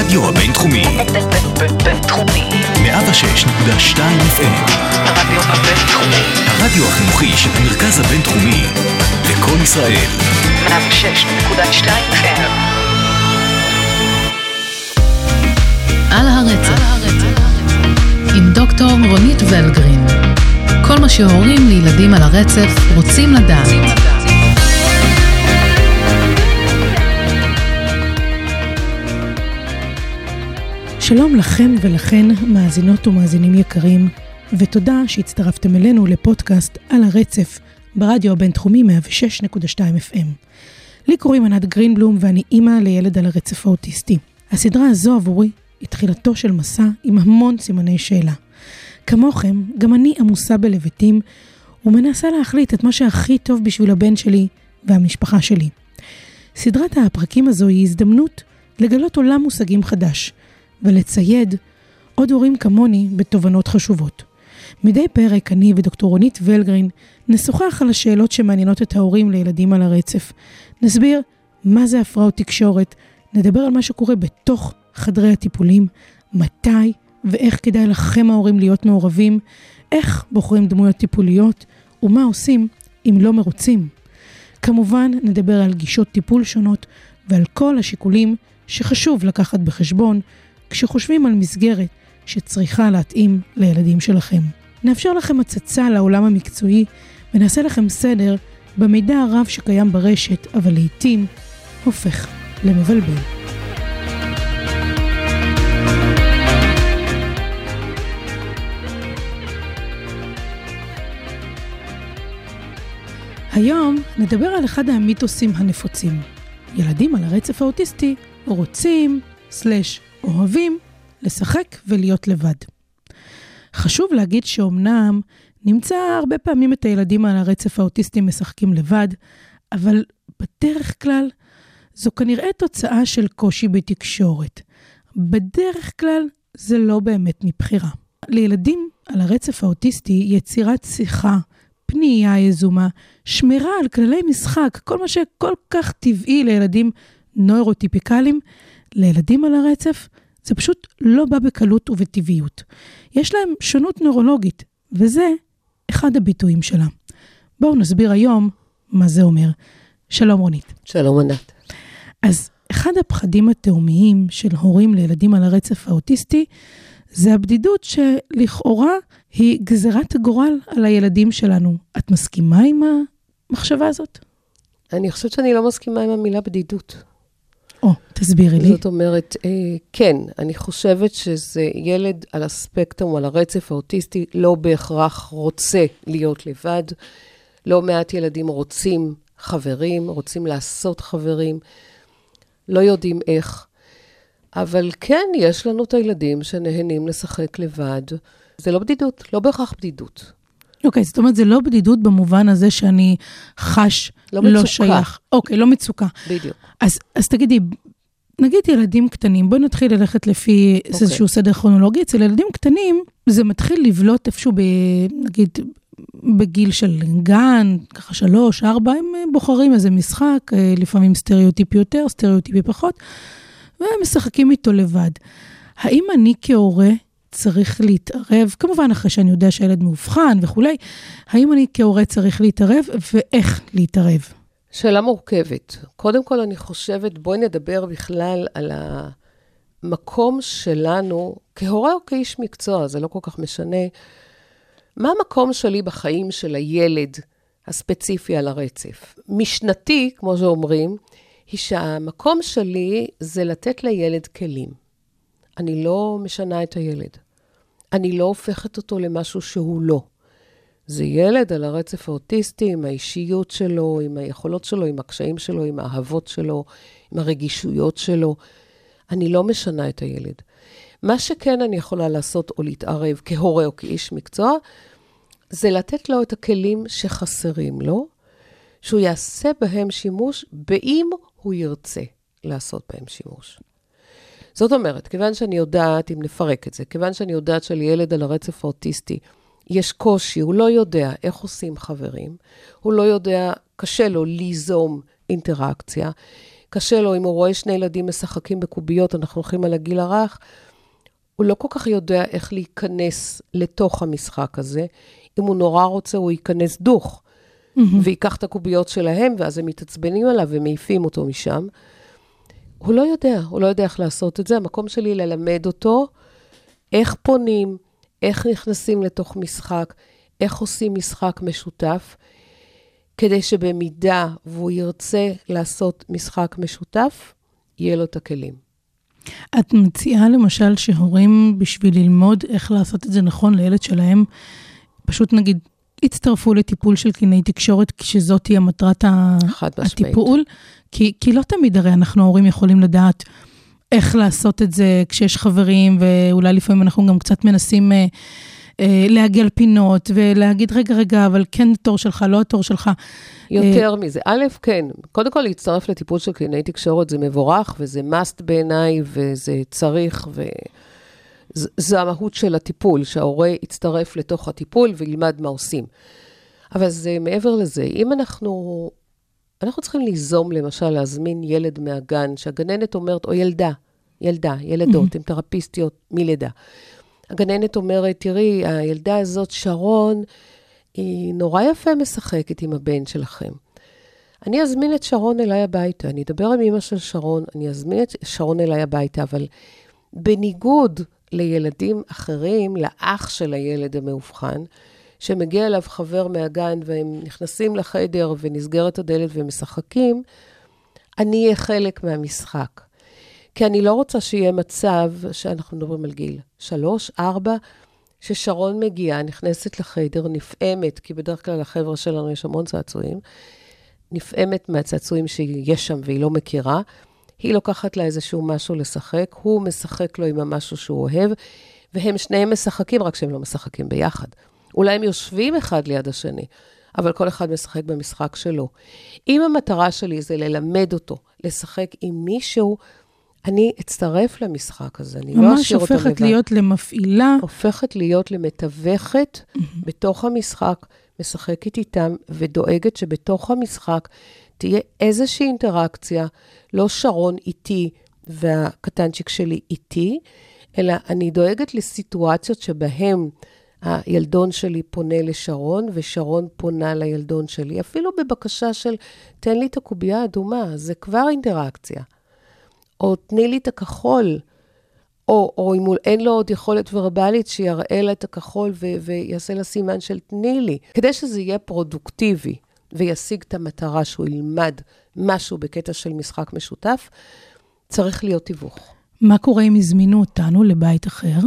הרדיו הבינתחומי. בינתחומי. 106.2 FM. הרדיו הבינתחומי. הרדיו החינוכי של המרכז הבינתחומי. לכל ישראל. 106.2 FM. על הרצף. עם דוקטור רונית ולגרין. כל מה שהורים לילדים על הרצף רוצים לדעת. שלום לכם ולכן, מאזינות ומאזינים יקרים, ותודה שהצטרפתם אלינו לפודקאסט על הרצף ברדיו הבינתחומי 106.2 FM. לי קוראים ענת גרינבלום ואני אימא לילד על הרצף האוטיסטי. הסדרה הזו עבורי היא תחילתו של מסע עם המון סימני שאלה. כמוכם, גם אני עמוסה בלבטים ומנסה להחליט את מה שהכי טוב בשביל הבן שלי והמשפחה שלי. סדרת הפרקים הזו היא הזדמנות לגלות עולם מושגים חדש, ולצייד עוד הורים כמוני בתובנות חשובות. מדי פרק אני ודוקטור רונית ולגרין נשוחח על השאלות שמעניינות את ההורים לילדים על הרצף. נסביר מה זה הפרעות תקשורת, נדבר על מה שקורה בתוך חדרי הטיפולים, מתי ואיך כדאי לכם ההורים להיות מעורבים, איך בוחרים דמויות טיפוליות ומה עושים אם לא מרוצים. כמובן נדבר על גישות טיפול שונות ועל כל השיקולים שחשוב לקחת בחשבון כשחושבים על מסגרת שצריכה להתאים לילדים שלכם. נאפשר לכם הצצה לעולם המקצועי ונעשה לכם סדר במידע הרב שקיים ברשת, אבל לעתים הופך למבלבל. היום נדבר על אחד המיתוסים הנפוצים. ילדים על הרצף האוטיסטי רוצים אוהבים לשחק ולהיות לבד. חשוב להגיד שאומנם נמצא הרבה פעמים את הילדים על הרצף האוטיסטי משחקים לבד, אבל בדרך כלל זו כנראה תוצאה של קושי בתקשורת. בדרך כלל זה לא באמת מבחירה. לילדים על הרצף האוטיסטי יצירת שיחה, פנייה יזומה, שמירה על כללי משחק, כל מה שכל כך טבעי לילדים נוירוטיפיקליים, לילדים על הרצף זה פשוט לא בא בקלות ובטבעיות. יש להם שונות נוירולוגית, וזה אחד הביטויים שלה. בואו נסביר היום מה זה אומר. שלום רונית. שלום ענת. אז אחד הפחדים התאומיים של הורים לילדים על הרצף האוטיסטי, זה הבדידות שלכאורה היא גזרת הגורל על הילדים שלנו. את מסכימה עם המחשבה הזאת? אני חושבת שאני לא מסכימה עם המילה בדידות. תסבירי לי. זאת אומרת, כן, אני חושבת שזה ילד על הספקטרום, על הרצף האוטיסטי, לא בהכרח רוצה להיות לבד. לא מעט ילדים רוצים חברים, רוצים לעשות חברים, לא יודעים איך. אבל כן, יש לנו את הילדים שנהנים לשחק לבד. זה לא בדידות, לא בהכרח בדידות. אוקיי, זאת אומרת, זה לא בדידות במובן הזה שאני חש לא שייך. אוקיי, לא מצוקה. בדיוק. אז תגידי, נגיד ילדים קטנים, בואי נתחיל ללכת לפי איזשהו סדר כרונולוגי. אצל ילדים קטנים, זה מתחיל לבלוט איפשהו, נגיד, בגיל של גן, ככה 3, 4, הם בוחרים איזה משחק, לפעמים סטריאוטיפי יותר, סטריאוטיפי פחות, והם משחקים איתו לבד. האם אני כהורה צריך להתערב, כמובן אחרי שאני יודע שהילד מאובחן וכולי, האם אני כהורה צריך להתערב ואיך להתערב? שאלה מורכבת. קודם כל אני חושבת, בואי נדבר בכלל על המקום שלנו, כהורה או כאיש מקצוע, זה לא כל כך משנה, מה המקום שלי בחיים של הילד הספציפי על הרצף? משנתי, כמו שאומרים, היא שהמקום שלי זה לתת לילד כלים. אני לא משנה את הילד. אני לא הופכת אותו למשהו שהוא לא. זה ילד על הרצף האוטיסטי, עם האישיות שלו, עם היכולות שלו, עם הקשיים שלו, עם האהבות שלו, עם הרגישויות שלו. אני לא משנה את הילד. מה שכן אני יכולה לעשות או להתערב כהורה או כאיש מקצוע, זה לתת לו את הכלים שחסרים לו, שהוא יעשה בהם שימוש, באם הוא ירצה לעשות בהם שימוש. זאת אומרת, כיוון שאני יודעת, אם נפרק את זה, כיוון שאני יודעת של ילד על הרצף האוטיסטי, יש קושי, הוא לא יודע איך עושים חברים, הוא לא יודע, קשה לו ליזום אינטראקציה, קשה לו, אם הוא רואה שני ילדים משחקים בקוביות, אנחנו הולכים על הגיל הרך, הוא לא כל כך יודע איך להיכנס לתוך המשחק הזה. אם הוא נורא רוצה, הוא ייכנס דוך, ויקח את הקוביות שלהם, ואז הם מתעצבנים עליו ומעיפים אותו משם. הוא לא יודע איך לעשות את זה. המקום שלי ללמד אותו, איך פונים, איך נכנסים לתוך משחק, איך עושים משחק משותף, כדי שבמידה והוא ירצה לעשות משחק משותף, יהיה לו את הכלים. את מציעה למשל שהורים בשביל ללמוד איך לעשות את זה נכון לילד שלהם, פשוט נגיד, הצטרפו לטיפול של קלינאי תקשורת, כשזאת היא המטרת הטיפול, כי לא תמיד הרי אנחנו ההורים יכולים לדעת איך לעשות את זה כשיש חברים, ואולי לפעמים אנחנו גם קצת מנסים להגל פינות, ולהגיד רגע, אבל כן התור שלך, לא התור שלך. יותר מזה. א', כן. קודם כל, להצטרף לטיפול של קלינאי תקשורת זה מבורך, וזה must בעיניי, וזה צריך, זה המהות של הטיפול, שההורה יצטרף לתוך הטיפול וילמד מה עושים. אבל זה מעבר לזה. אם אנחנו צריכים ליזום, למשל, להזמין ילד מהגן, שהגננת אומרת, או ילדות, הן תרפיסטיות מלידה. הגננת אומרת, תראי, הילדה הזאת, שרון, היא נורא יפה משחקת עם הבן שלכם. אני אזמין את שרון אליי הביתה, אני אדבר עם אמא של שרון, אני אזמין את שרון אליי הביתה, אבל בניגוד לילדים אחרים, לאח של הילד המאובחן, שמגיע אליו חבר מהגן, והם נכנסים לחדר ונסגרת הדלת ומשחקים, אני אהיה חלק מהמשחק. כי אני לא רוצה שיהיה מצב שאנחנו מדברים על גיל 3, 4, ששרון מגיעה, נכנסת לחדר, נפעמת, כי בדרך כלל החבר'ה שלנו יש המון צעצועים, נפעמת מהצעצועים שיש שם והיא לא מכירה, היא לוקחת לה איזשהו משהו לשחק, הוא משחק לו עם המשהו שהוא אוהב, והם שניהם משחקים, רק שהם לא משחקים ביחד. אולי הם יושבים אחד ליד השני, אבל כל אחד משחק במשחק שלו. אם המטרה שלי זה ללמד אותו, לשחק עם מישהו, אני אצטרף למשחק הזה, אני לא אשאיר אותו לבד. ממש הופכת להיות למפעילה. הופכת להיות למתווכת בתוך המשחק, משחקת איתם, ודואגת שבתוך המשחק תהיה איזושהי אינטראקציה, לא שרון איתי והקטנצ'יק שלי איתי, אלא אני דואגת לסיטואציות שבהם הילדון שלי פונה לשרון, ושרון פונה לילדון שלי, אפילו בבקשה של, תן לי את הקובייה האדומה, זה כבר אינטראקציה. או תני לי את הכחול, או אם אין לו עוד יכולת ורבלית, שיראה לה את הכחול ויעשה לה סימן של תני לי. כדי שזה יהיה פרודוקטיבי, וישיג את המטרה שהוא ילמד משהו בקטע של משחק משותף, צריך להיות תיווך. מה קורה אם הזמינו אותנו לבית אחר?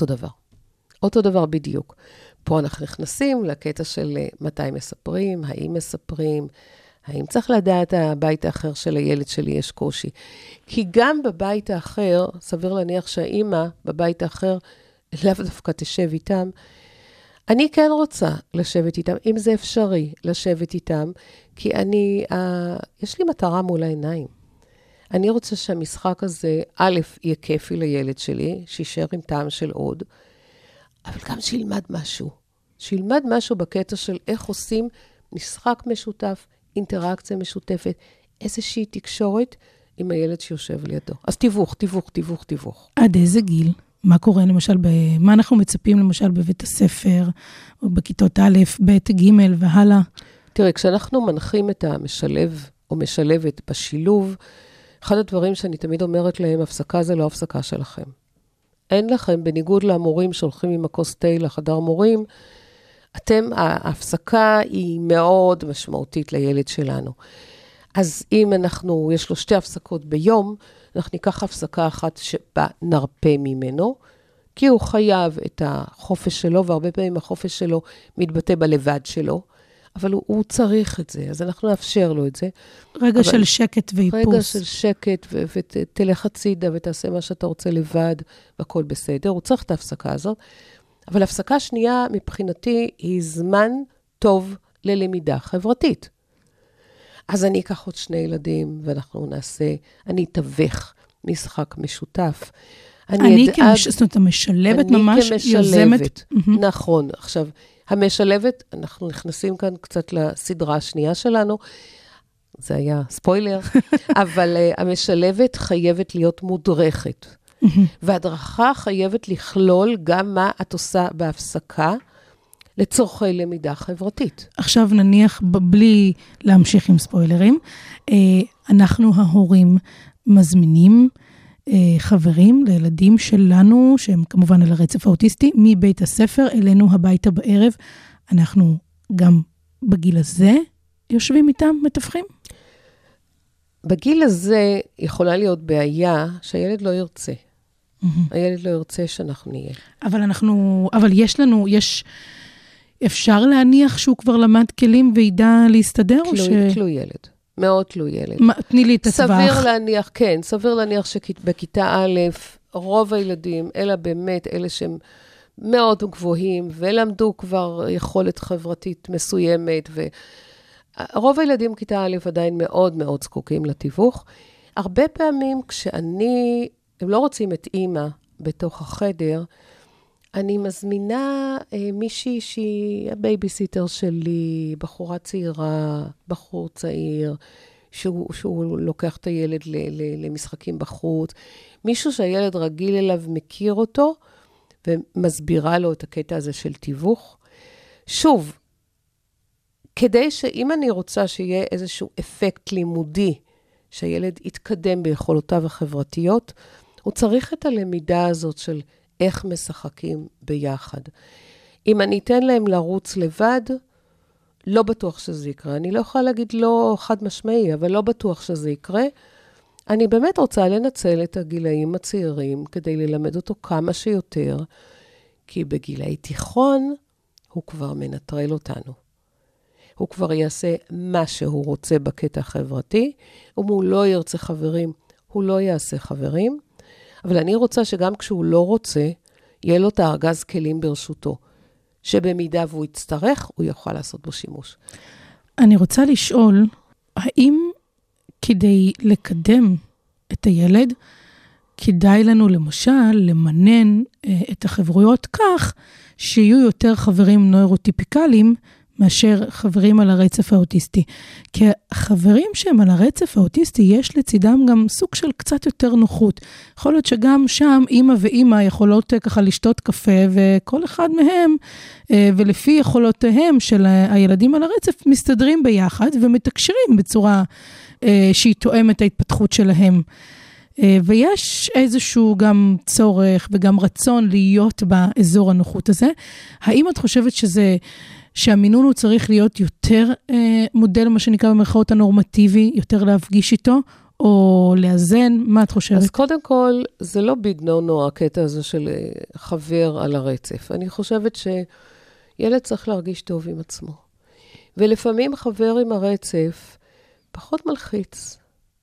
אותו דבר בדיוק. פה אנחנו נכנסים לקטע של מתי מספרים, האם מספרים, האם צריך לדעת הבית האחר של הילד שלי יש קושי. כי גם בבית האחר, סביר להניח שהאימא בבית האחר, לאו דווקא תשב איתם, אני כן רוצה לשבת איתם, אם זה אפשרי לשבת איתם, כי יש לי מטרה מול העיניים. אני רוצה שהמשחק הזה, א', יהיה כיפי לילד שלי, שישאר עם טעם של עוד, אבל גם שילמד משהו. שילמד משהו בקטע של איך עושים משחק משותף, אינטראקציה משותפת, איזושהי תקשורת עם הילד שיושב לידו. אז תיווך. עד איזה גיל? מה קורה למשל, מה אנחנו מצפים למשל בבית הספר, או בכיתות א', ב', ג' והלאה? תראה, כשאנחנו מנחים את המשלב או משלבת בשילוב, אחד הדברים שאני תמיד אומרת להם, הפסקה זה לא הפסקה שלכם. אין לכם, בניגוד למורים שהולכים עם הכוס תה לחדר מורים, ההפסקה היא מאוד משמעותית לילד שלנו. אז אם יש לו 2 הפסקות ביום, אנחנו ניקח הפסקה אחת שבה נרפה ממנו, כי הוא חייב את החופש שלו, והרבה פעמים החופש שלו מתבטא בלבד שלו, אבל הוא צריך את זה, אז אנחנו נאפשר לו את זה. רגע של שקט ואיפוס. רגע של שקט, ותלך הצידה ותעשה מה שאתה רוצה לבד, והכל בסדר. הוא צריך את ההפסקה הזאת. אבל הפסקה שנייה מבחינתי היא זמן טוב ללמידה חברתית. אז אני אקח עוד 2 ילדים, ואנחנו אני אתווך משחק משותף. זאת אומרת, המשלבת ממש יוזמת. נכון. עכשיו, המשלבת, אנחנו נכנסים כאן קצת לסדרה השנייה שלנו, זה היה ספוילר, אבל המשלבת חייבת להיות מודרכת. וההדרכה חייבת לכלול גם מה את עושה בהפסקה, לצורכי למידה חברתית. עכשיו נניח, בלי להמשיך עם ספוילרים, אנחנו ההורים מזמינים חברים לילדים שלנו, שהם כמובן על הרצף האוטיסטי, מבית הספר אלינו הביתה בערב. אנחנו גם בגיל הזה יושבים איתם, מתווכים? בגיל הזה יכולה להיות בעיה שהילד לא ירצה. הילד לא ירצה שאנחנו נהיה. אבל אפשר להניח שהוא כבר למד כלים וידע להסתדר? תלוי ילד. מאוד תלוי ילד. תני לי את הטווח. סביר להניח שבכיתה א', רוב הילדים, אלא באמת אלה שהם מאוד גבוהים, ולמדו כבר יכולת חברתית מסוימת, ורוב הילדים בכיתה א' עדיין מאוד מאוד זקוקים לתיווך. הרבה פעמים הם לא רוצים את אימא בתוך החדר, אני מזמינה מישהי שהיא הבייביסיטר שלי, בחורה צעירה, בחור צעיר, שהוא לוקח את הילד למשחקים בחוץ, מישהו שהילד רגיל אליו מכיר אותו, ומסבירה לו את הקטע הזה של תיווך. שוב, כדי שאם אני רוצה שיהיה איזשהו אפקט לימודי, שהילד יתקדם ביכולותיו החברתיות, הוא צריך את הלמידה הזאת של איך משחקים ביחד. אם אני אתן להם לרוץ לבד, לא בטוח שזה יקרה. אני לא יכולה להגיד לא חד משמעי, אבל לא בטוח שזה יקרה. אני באמת רוצה לנצל את הגילאים הצעירים כדי ללמד אותו כמה שיותר, כי בגילי תיכון הוא כבר מנטרל אותנו. הוא כבר יעשה מה שהוא רוצה בקטע החברתי, אם הוא לא ירצה חברים, הוא לא יעשה חברים, אבל אני רוצה שגם כשהוא לא רוצה, יהיה לו את הארגז כלים ברשותו, שבמידה והוא יצטרך, הוא יוכל לעשות בו שימוש. אני רוצה לשאול, האם כדי לקדם את הילד, כדאי לנו למשל למנן את החברויות כך, שיהיו יותר חברים נוירוטיפיקליים, מאשר חברים על הרצף האוטיסטי. כי החברים שהם על הרצף האוטיסטי, יש לצידם גם סוג של קצת יותר נוחות. יכול להיות שגם שם אמא ואמא יכולות ככה לשתות קפה, וכל אחד מהם, ולפי יכולותיהם של הילדים על הרצף, מסתדרים ביחד, ומתקשרים בצורה שהיא תואמת ההתפתחות שלהם. ויש איזשהו גם צורך וגם רצון להיות באזור הנוחות הזה. האם את חושבת שהמינון הוא צריך להיות יותר מודל, מה שנקרא במרכאות הנורמטיבי, יותר להפגיש איתו, או לאזן? מה את חושבת? אז קודם כל, זה לא ביג נו, הקטע הזה של חבר על הרצף. אני חושבת שילד צריך להרגיש טוב עם עצמו. ולפעמים חבר עם הרצף פחות מלחיץ.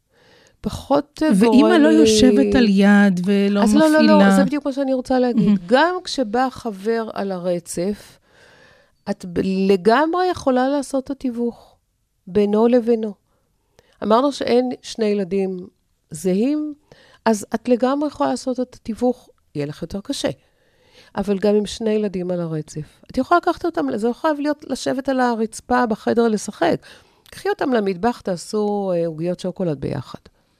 פחות גורם לי... ואמא לא יושבת על יד ולא אז מפעילה. אז לא, זה בדיוק מה שאני רוצה להגיד. גם כשבא חבר על הרצף, את לגמרי יכולה לעשות את התיווך, בינו לבינו. אמרנו שאין שני ילדים זהים, אז את לגמרי יכולה לעשות את התיווך, יהיה לך יותר קשה. אבל גם עם שני ילדים על הרצף. את יכולה לקחת אותם, זה יכול להיות לשבת על הרצפה בחדר לשחק. קחי אותם למטבח, תעשו עוגיות שוקולד ביחד.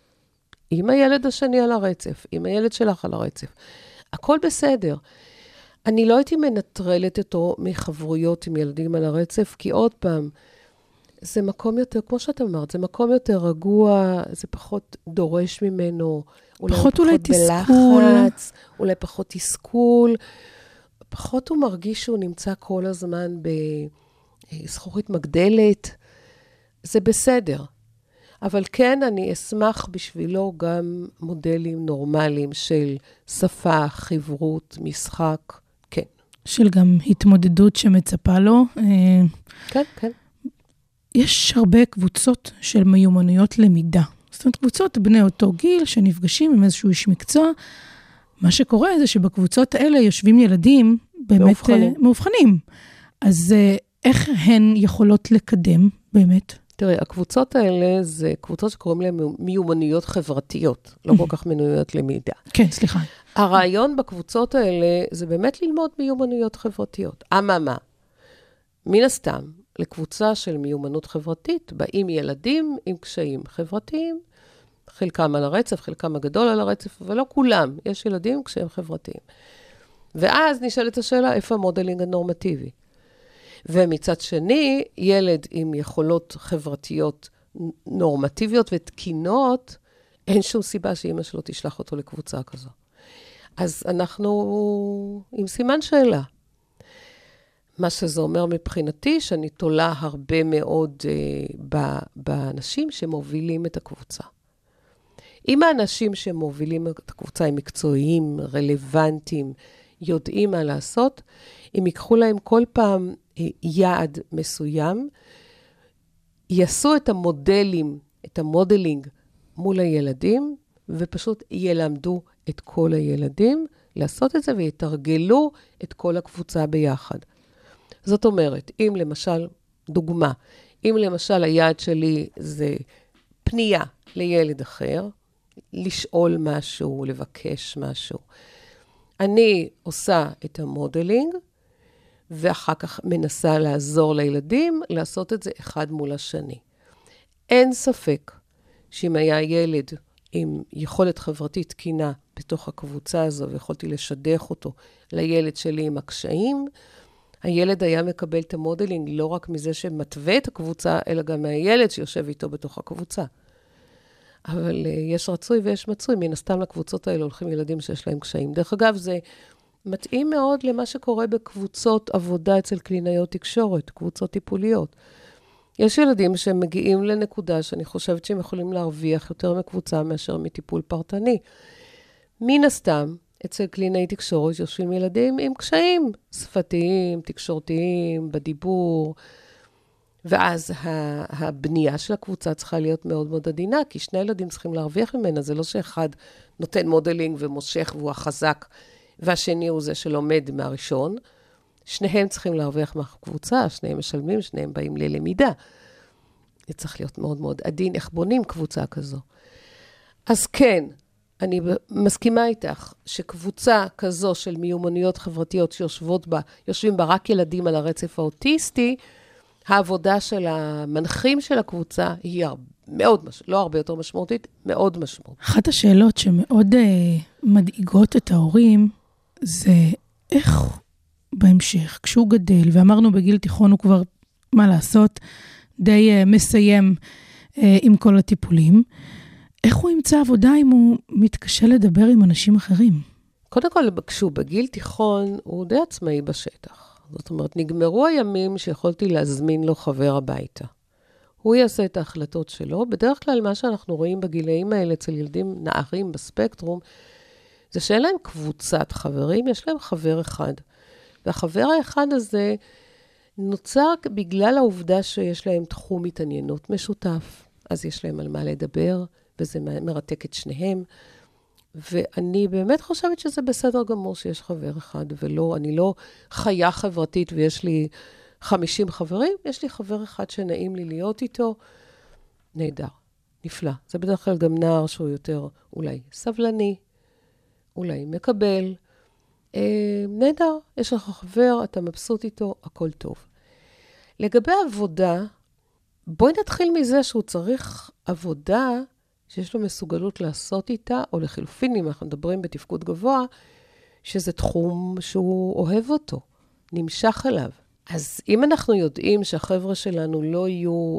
עם הילד השני על הרצף, עם הילד שלך על הרצף. הכל בסדר. אני לא הייתי מנטרלת אותו מחברויות עם ילדים על הרצף, כי עוד פעם, זה מקום יותר, כמו שאת אמרת, זה מקום יותר רגוע, זה פחות דורש ממנו, פחות אולי תסכול. בלחץ, אולי פחות תסכול, פחות הוא מרגיש שהוא נמצא כל הזמן בזכוכית מגדלת, זה בסדר. אבל כן, אני אשמח בשבילו גם מודלים נורמליים של שפה, חברות, משחק, כן. של גם התמודדות שמצפה לו. כן, כן. יש הרבה קבוצות של מיומנויות למידה. זאת אומרת, קבוצות בני אותו גיל שנפגשים עם איזשהו איש מקצוע. מה שקורה זה שבקבוצות האלה יושבים ילדים באמת מאובחנים. אז איך הן יכולות לקדם באמת? תראי, הקבוצות האלה זה קבוצות שקוראים להן מיומנויות חברתיות, לא כל כך מיומנויות למידה. כן, סליחה. הרעיון בקבוצות האלה זה באמת ללמוד מיומנויות חברתיות. אממה, מן הסתם, לקבוצה של מיומנות חברתית, באים ילדים עם קשיים חברתיים, חלקם על הרצף, חלקם הגדול על הרצף, אבל לא כולם, יש ילדים עם קשיים חברתיים. ואז נשאלת השאלה, איפה המודלינג הנורמטיבי? ומצד שני, ילד עם יכולות חברתיות נורמטיביות ותקינות, אין שום סיבה שאמא שלו תשלח אותו לקבוצה כזו. אז אנחנו עם סימן שאלה. מה שזה אומר מבחינתי, שאני תולה הרבה מאוד באנשים שמובילים את הקבוצה. אם האנשים שמובילים את הקבוצה הם מקצועיים, רלוונטיים, יודעים מה לעשות, אם ייקחו להם כל פעם יעד מסוים, יעשו את המודלים, את המודלינג מול הילדים, ופשוט ילמדו את כל הילדים לעשות את זה, ויתרגלו את כל הקבוצה ביחד. זאת אומרת, אם למשל, דוגמה, אם למשל היעד שלי זה פנייה לילד אחר, לשאול משהו, לבקש משהו, אני עושה את המודלינג, ואחר כך מנסה לעזור לילדים לעשות את זה אחד מול השני. אין ספק שאם היה ילד עם יכולת חברתית תקינה בתוך הקבוצה הזו, ויכולתי לשדך אותו לילד שלי עם הקשיים, הילד היה מקבל את המודלינג לא רק מזה שמתווה את הקבוצה, אלא גם מהילד שיושב איתו בתוך הקבוצה. אבל יש רצוי ויש מצוי, מן הסתם לקבוצות האלה הולכים ילדים שיש להם קשיים. דרך אגב, זה מתאים מאוד למה שקורה בקבוצות עבודה אצל קלינאיות תקשורת, קבוצות טיפוליות. יש ילדים שמגיעים לנקודה שאני חושבת שהם יכולים להרוויח יותר מקבוצה מאשר מטיפול פרטני. מן הסתם, אצל קלינאי תקשורת יושבים ילדים עם קשיים שפתיים, תקשורתיים, בדיבור, ואז הבנייה של הקבוצה צריכה להיות מאוד מאוד עדינה, כי שני ילדים צריכים להרוויח ממנה, זה לא שאחד נותן מודלינג ומושך והוא החזק, והשני הוא זה שלומד מהראשון. שניהם צריכים להרוויח מהקבוצה, שניהם משלמים, שניהם באים ללמידה. זה צריך להיות מאוד מאוד עדין, איך בונים קבוצה כזו. אז כן, אני מסכימה איתך שקבוצה כזו של מיומנויות חברתיות שיושבים בה רק ילדים על הרצף האוטיסטי, העבודה של המנחים של הקבוצה היא מאוד, לא הרבה יותר משמעותית, מאוד משמעותית. אחת השאלות שמאוד מדאיגות את ההורים, זה איך בהמשך, כשהוא גדל, ואמרנו בגיל תיכון הוא כבר, מה לעשות, די מסיים עם כל הטיפולים, איך הוא ימצא עבודה אם הוא מתקשה לדבר עם אנשים אחרים? קודם כל, כשהוא בגיל תיכון, הוא די עצמאי בשטח. זאת אומרת, נגמרו הימים שיכולתי להזמין לו חבר הביתה. הוא יעשה את ההחלטות שלו. בדרך כלל, מה שאנחנו רואים בגילאים האלה אצל ילדים נערים בספקטרום, זה שאין להם קבוצת חברים, יש להם חבר אחד. והחבר האחד הזה נוצר בגלל העובדה שיש להם תחום התעניינות משותף. אז יש להם על מה לדבר, וזה מרתק את שניהם. ואני באמת חושבת שזה בסדר גמור שיש חבר אחד, ולא, אני לא חיה חברתית ויש לי 50 חברים, יש לי חבר אחד שנעים לי להיות איתו, נהדר, נפלא. זה בדרך כלל גם נער שהוא יותר אולי סבלני, אולי מקבל. נהדר, יש לך חבר, אתה מבסוט איתו, הכל טוב. לגבי עבודה, בואי נתחיל מזה שהוא צריך עבודה שיש לו מסוגלות לעשות איתה, או לחילופין, אם אנחנו מדברים בתפקוד גבוה, שזה תחום שהוא אוהב אותו, נמשך אליו. אז אם אנחנו יודעים שהחבר'ה שלנו לא יהיו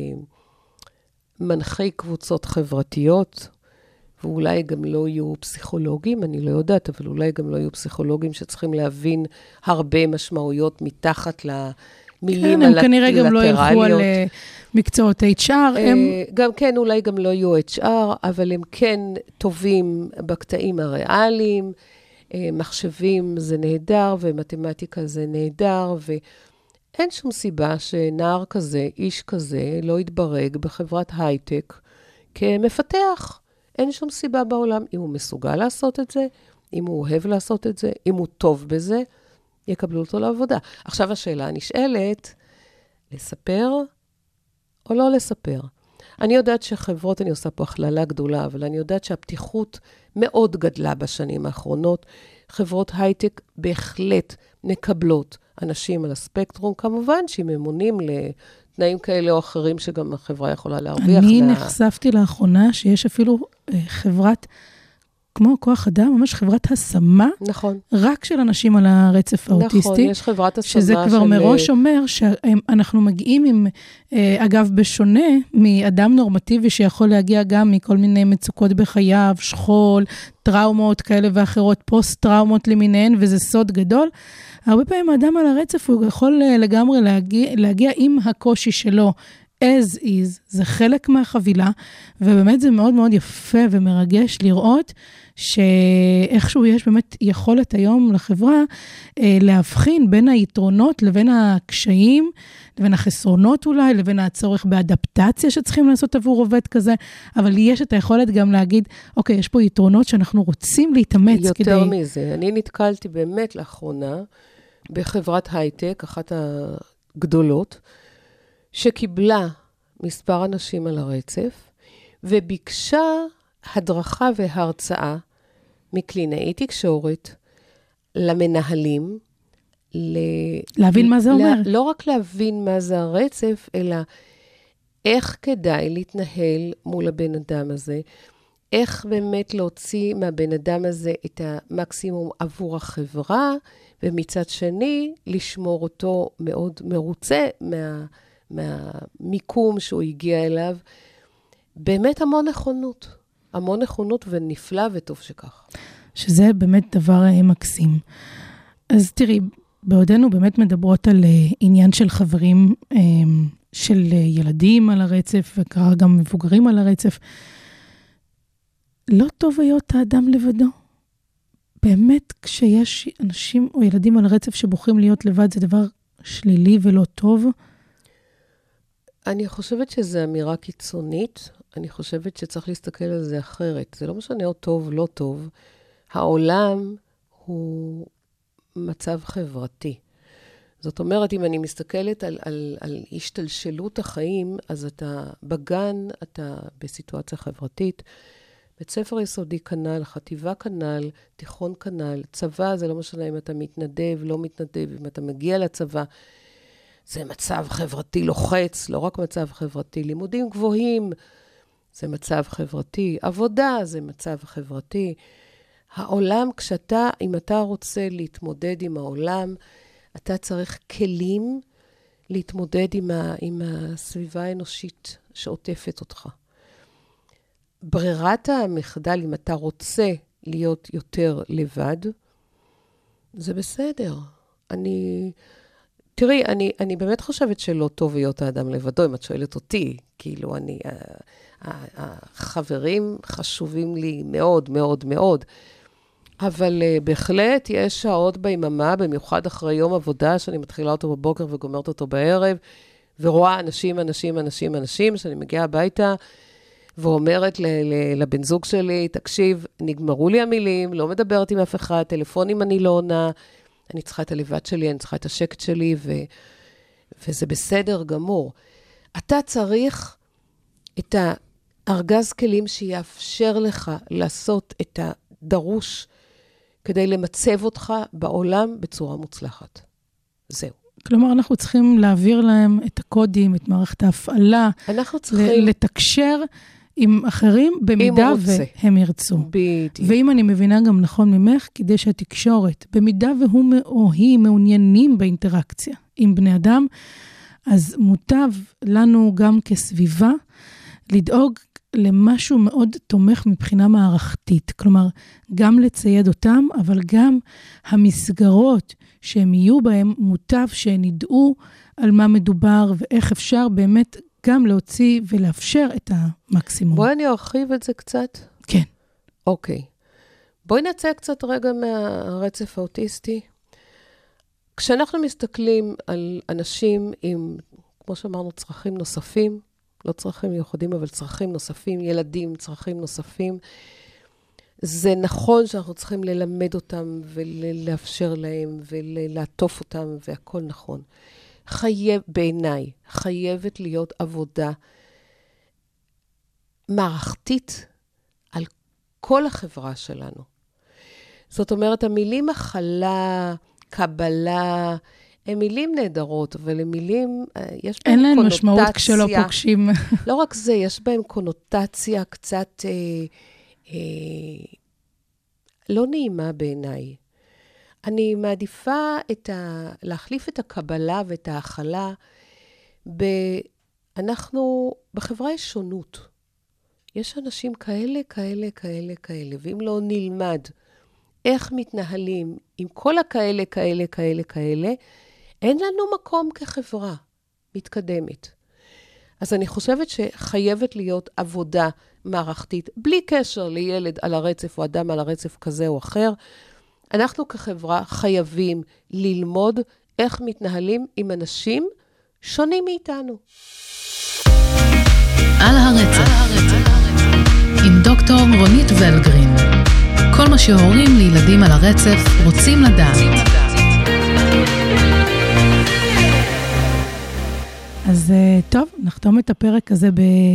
מנחי קבוצות חברתיות, ואולי גם לא יהיו פסיכולוגים, אני לא יודעת, אבל אולי גם לא יהיו פסיכולוגים שצריכים להבין הרבה משמעויות מתחת למילים הלטרליות. כן, הם כנראה גם לא ילכו על מקצועות HR. גם כן, אולי גם לא יהיו HR, אבל הם כן טובים בקטעים הריאליים, מחשבים זה נהדר, ומתמטיקה זה נהדר, ואין שום סיבה שנער כזה, איש כזה, לא יתברג בחברת הייטק כמפתח. אין שום סיבה בעולם. אם הוא מסוגל לעשות את זה, אם הוא אוהב לעשות את זה, אם הוא טוב בזה, יקבלו אותו לעבודה. עכשיו השאלה הנשאלת, לספר או לא לספר? אני יודעת שחברות, אני עושה פה הכללה גדולה, אבל אני יודעת שהפתיחות מאוד גדלה בשנים האחרונות. חברות הייטק בהחלט מקבלות אנשים על הספקטרום, כמובן שהם ממונים לתנאים כאלה או אחרים שגם החברה יכולה להרוויח. אני נחשפתי לאחרונה שיש אפילו חברת, כמו כוח אדם, ממש חברת השמה, נכון. רק של אנשים על הרצף האוטיסטי. נכון, יש חברת השמה שזה כבר מראש אומר שאנחנו מגיעים עם, אגב, בשונה מאדם נורמטיבי שיכול להגיע גם מכל מיני מצוקות בחייו, שכול, טראומות כאלה ואחרות, פוסט-טראומות למיניהן, וזה סוד גדול. הרבה פעמים האדם על הרצף הוא יכול לגמרי להגיע עם הקושי שלו, as is, זה חלק מהחבילה, ובאמת זה מאוד מאוד יפה ומרגש לראות שאיכשהו יש באמת יכולת היום לחברה להבחין בין היתרונות לבין הקשיים, לבין החסרונות אולי, לבין הצורך באדפטציה שצריכים לעשות עבור עובד כזה, אבל יש את היכולת גם להגיד, אוקיי, יש פה יתרונות שאנחנו רוצים להתאמץ כדי... יותר מזה, אני נתקלתי באמת לאחרונה בחברת הייטק, אחת הגדולות, שקיבלה מספר אנשים על הרצף, וביקשה הדרכה והרצאה מקלינאי תקשורת למנהלים, להבין מה זה אומר. לא רק להבין מה זה הרצף, אלא איך כדאי להתנהל מול הבן אדם הזה, איך באמת להוציא מהבן אדם הזה את המקסימום עבור החברה, ומצד שני, לשמור אותו מאוד מרוצה מהמיקום שהוא הגיע אליו. באמת המון נכונות ונפלא וטוב שכך. שזה באמת דבר מקסים. אז תראי, בעודנו באמת מדברות על עניין של חברים, של ילדים על הרצף, וככה גם מבוגרים על הרצף. לא טוב להיות האדם לבדו. באמת, כשיש אנשים או ילדים על הרצף שבוחרים להיות לבד, זה דבר שלילי ולא טוב. אני חושבת שזו אמירה קיצונית. אני חושבת שצריך להסתכל על זה אחרת. זה לא משנה או טוב, לא טוב. העולם הוא מצב חברתי. זאת אומרת, אם אני מסתכלת על השתלשלות החיים, אז אתה בגן, אתה בסיטואציה חברתית, בית ספר יסודי כנל, חטיבה כנל, תיכון כנל, צבא, זה לא משנה אם אתה מתנדב, לא מתנדב, אם אתה מגיע לצבא, זה מצב חברתי לוחץ, לא רק מצב חברתי, לימודים גבוהים, זה מצב חברתי, עבודה זה מצב חברתי. העולם, אם אתה רוצה להתמודד עם העולם, אתה צריך כלים להתמודד עם הסביבה האנושית שעוטפת אותך. ברירת המחדל, אם אתה רוצה להיות יותר לבד, זה בסדר. תראי, אני באמת חושבת שלא טוב להיות האדם לבדו, אם את שואלת אותי. כאילו, החברים חשובים לי מאוד, מאוד, מאוד. אבל בהחלט יש שעות ביממה, במיוחד אחרי יום עבודה, שאני מתחילה אותו בבוקר וגומרת אותו בערב, ורואה אנשים, שאני מגיעה הביתה, ואומרת לבן זוג שלי, תקשיב, נגמרו לי המילים, לא מדברת עם אף אחד, טלפונים אני לא עונה, אני צריכה את הלבד שלי, אני צריכה את השקט שלי, וזה בסדר גמור. אתה צריך את הארגז כלים שיאפשר לך לעשות את הדרוש, כדי למצב אותך בעולם בצורה מוצלחת. זהו. כלומר, אנחנו צריכים להעביר להם את הקודים, את מערכת ההפעלה, אנחנו צריכים לתקשר עם אחרים במידה והם ירצו. בדיוק. ואם אני מבינה גם נכון ממך, כדי שהתקשורת, במידה והוא או היא מעוניינים באינטראקציה עם בני אדם, אז מוטב לנו גם כסביבה לדאוג למשהו מאוד תומך מבחינה מערכתית. כלומר, גם לצייד אותם, אבל גם המסגרות שהם יהיו בהם, מוטב שהן ידעו על מה מדובר, ואיך אפשר באמת גם להוציא ולאפשר את המקסימום. בואי אני ארחיב את זה קצת. כן. אוקיי. בואי נצא קצת רגע מהרצף האוטיסטי. כשאנחנו מסתכלים על אנשים עם, כמו שאמרנו, צרכים נוספים, לא צרכים מיוחדים, אבל צרכים נוספים, ילדים, צרכים נוספים. זה נכון שאנחנו צריכים ללמד אותם ולאפשר להם ולעטוף אותם, והכל נכון. בעיניי, חייבת להיות עבודה מערכתית על כל החברה שלנו. זאת אומרת, המילים הכלה, קבלה, הן מילים נהדרות, אבל הן מילים, יש בהן קונוטציה. אין להן משמעות כשלא פוגשים. לא רק זה, יש בהן קונוטציה קצת לא נעימה בעיניי. אני מעדיפה להחליף את הקבלה ואת ההכלה, אנחנו, בחברה יש שונות. יש אנשים כאלה, ואם לא נלמד איך מתנהלים עם כל הכאלה, כאלה, אין לנו מקום כחברה מתקדמת. אז אני חושבת שחייבת להיות עבודה מערכתית, בלי קשר לילד על הרצף או אדם על הרצף כזה או אחר. אנחנו כחברה חייבים ללמוד איך מתנהלים עם אנשים שונים מאיתנו. על הרצף, עם דוקטור רונית ולגרין. כל מה שהורים לילדים על הרצף רוצים לדעת. אז טוב, נחתום את הפרק הזה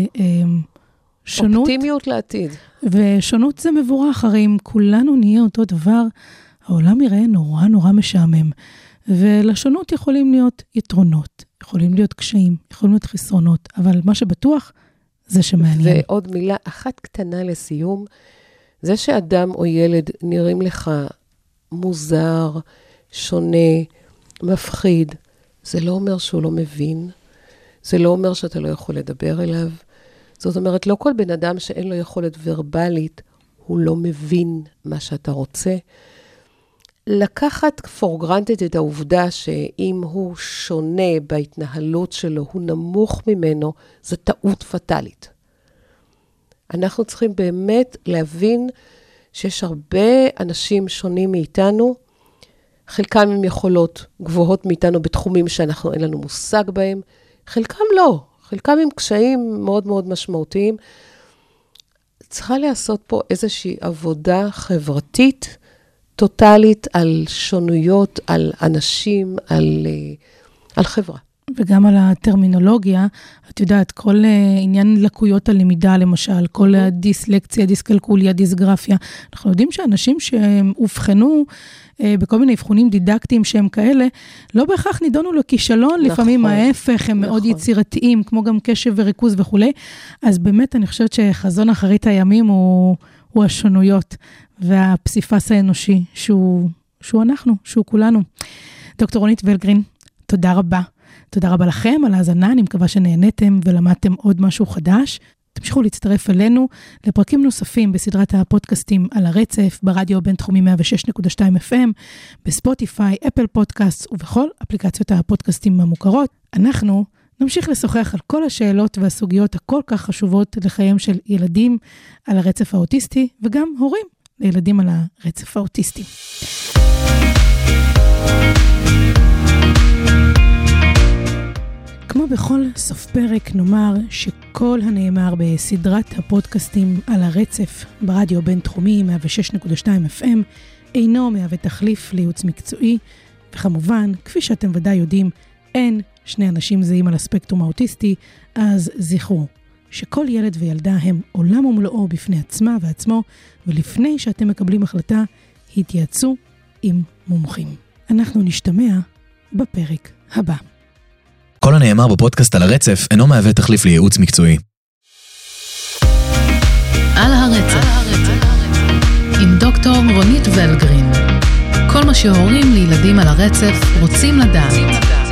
בשונות. אופטימיות לעתיד. ושונות זה מבורך, הרי אם כולנו נהיה אותו דבר, העולם יראה נורא משעמם. ולשונות יכולים להיות יתרונות, יכולים להיות קשיים, יכולים להיות חסרונות, אבל מה שבטוח זה שמעניין. ועוד מילה אחת קטנה לסיום, זה שאדם או ילד נראים לך מוזר, שונה, מפחיד, זה לא אומר שהוא לא מבין, זה לא אומר שאתה לא יכול לדבר אליו, זאת אומרת, לא כל בן אדם שאין לו יכולת ורבלית, הוא לא מבין מה שאתה רוצה. לקחת for granted את העובדה שאם הוא שונה בהתנהלות שלו, הוא נמוך ממנו, זו טעות פטלית. אנחנו צריכים באמת להבין שיש הרבה אנשים שונים מאיתנו, חלקם עם יכולות גבוהות מאיתנו בתחומים שאנחנו אין לנו מושג בהם, חלקם לא, חלקם עם קשיים מאוד מאוד משמעותיים. צריכה לעשות פה איזושהי עבודה חברתית, טוטלית על שונויות, על אנשים, על חברה. וגם על הטרמינולוגיה, את יודעת, כל עניין לקויות הלמידה, למשל, כל הדיסלקציה, דיסקלקוליה, דיסגרפיה, אנחנו יודעים שאנשים שהובחנו בכל מיני אבחונים דידקטיים שהם כאלה, לא בהכרח נידונו לכישלון, לפעמים ההפך, הם מאוד יצירתיים, כמו גם קשב וריכוז וכו'. אז באמת אני חושבת שחזון אחרית הימים הוא השונויות, והפסיפס האנושי, שהוא אנחנו, שהוא כולנו. דוקטור רונית ולגרין, תודה רבה. תודה רבה לכם על ההאזנה, אני מקווה שנהנתם ולמדתם עוד משהו חדש. תמשיכו להצטרף אלינו לפרקים נוספים בסדרת הפודקאסטים על הרצף, ברדיו בינתחומי 106.2 FM, בספוטיפיי, אפל פודקאסט ובכל אפליקציות הפודקאסטים המוכרות. אנחנו נמשיך לשוחח על כל השאלות והסוגיות הכל כך חשובות לחיים של ילדים על הרצף האוטיסטי, וגם הורים לילדים על הרצף האוטיסטי. כמו בכל סוף פרק נאמר שכל הנאמר בסדרת הפודקאסטים על הרצף ברדיו בינתחומי 106.2 FM אינו מהווה תחליף לייעוץ מקצועי, וכמובן, כפי שאתם ודאי יודעים, אין שני אנשים זהים על הספקטרום האוטיסטי, אז זכרו שכל ילד וילדה הם עולם ומלואו בפני עצמה ועצמו, ולפני שאתם מקבלים החלטה, התייעצו עם מומחים. אנחנו נשתמע בפרק הבא. כל הנאמר בפודקאסט על הרצף אינו מהווה תחליף לייעוץ מקצועי. על הרצף, עם דוקטור רונית ולגרין. כל מה שהורים לילדים על הרצף רוצים לדעת.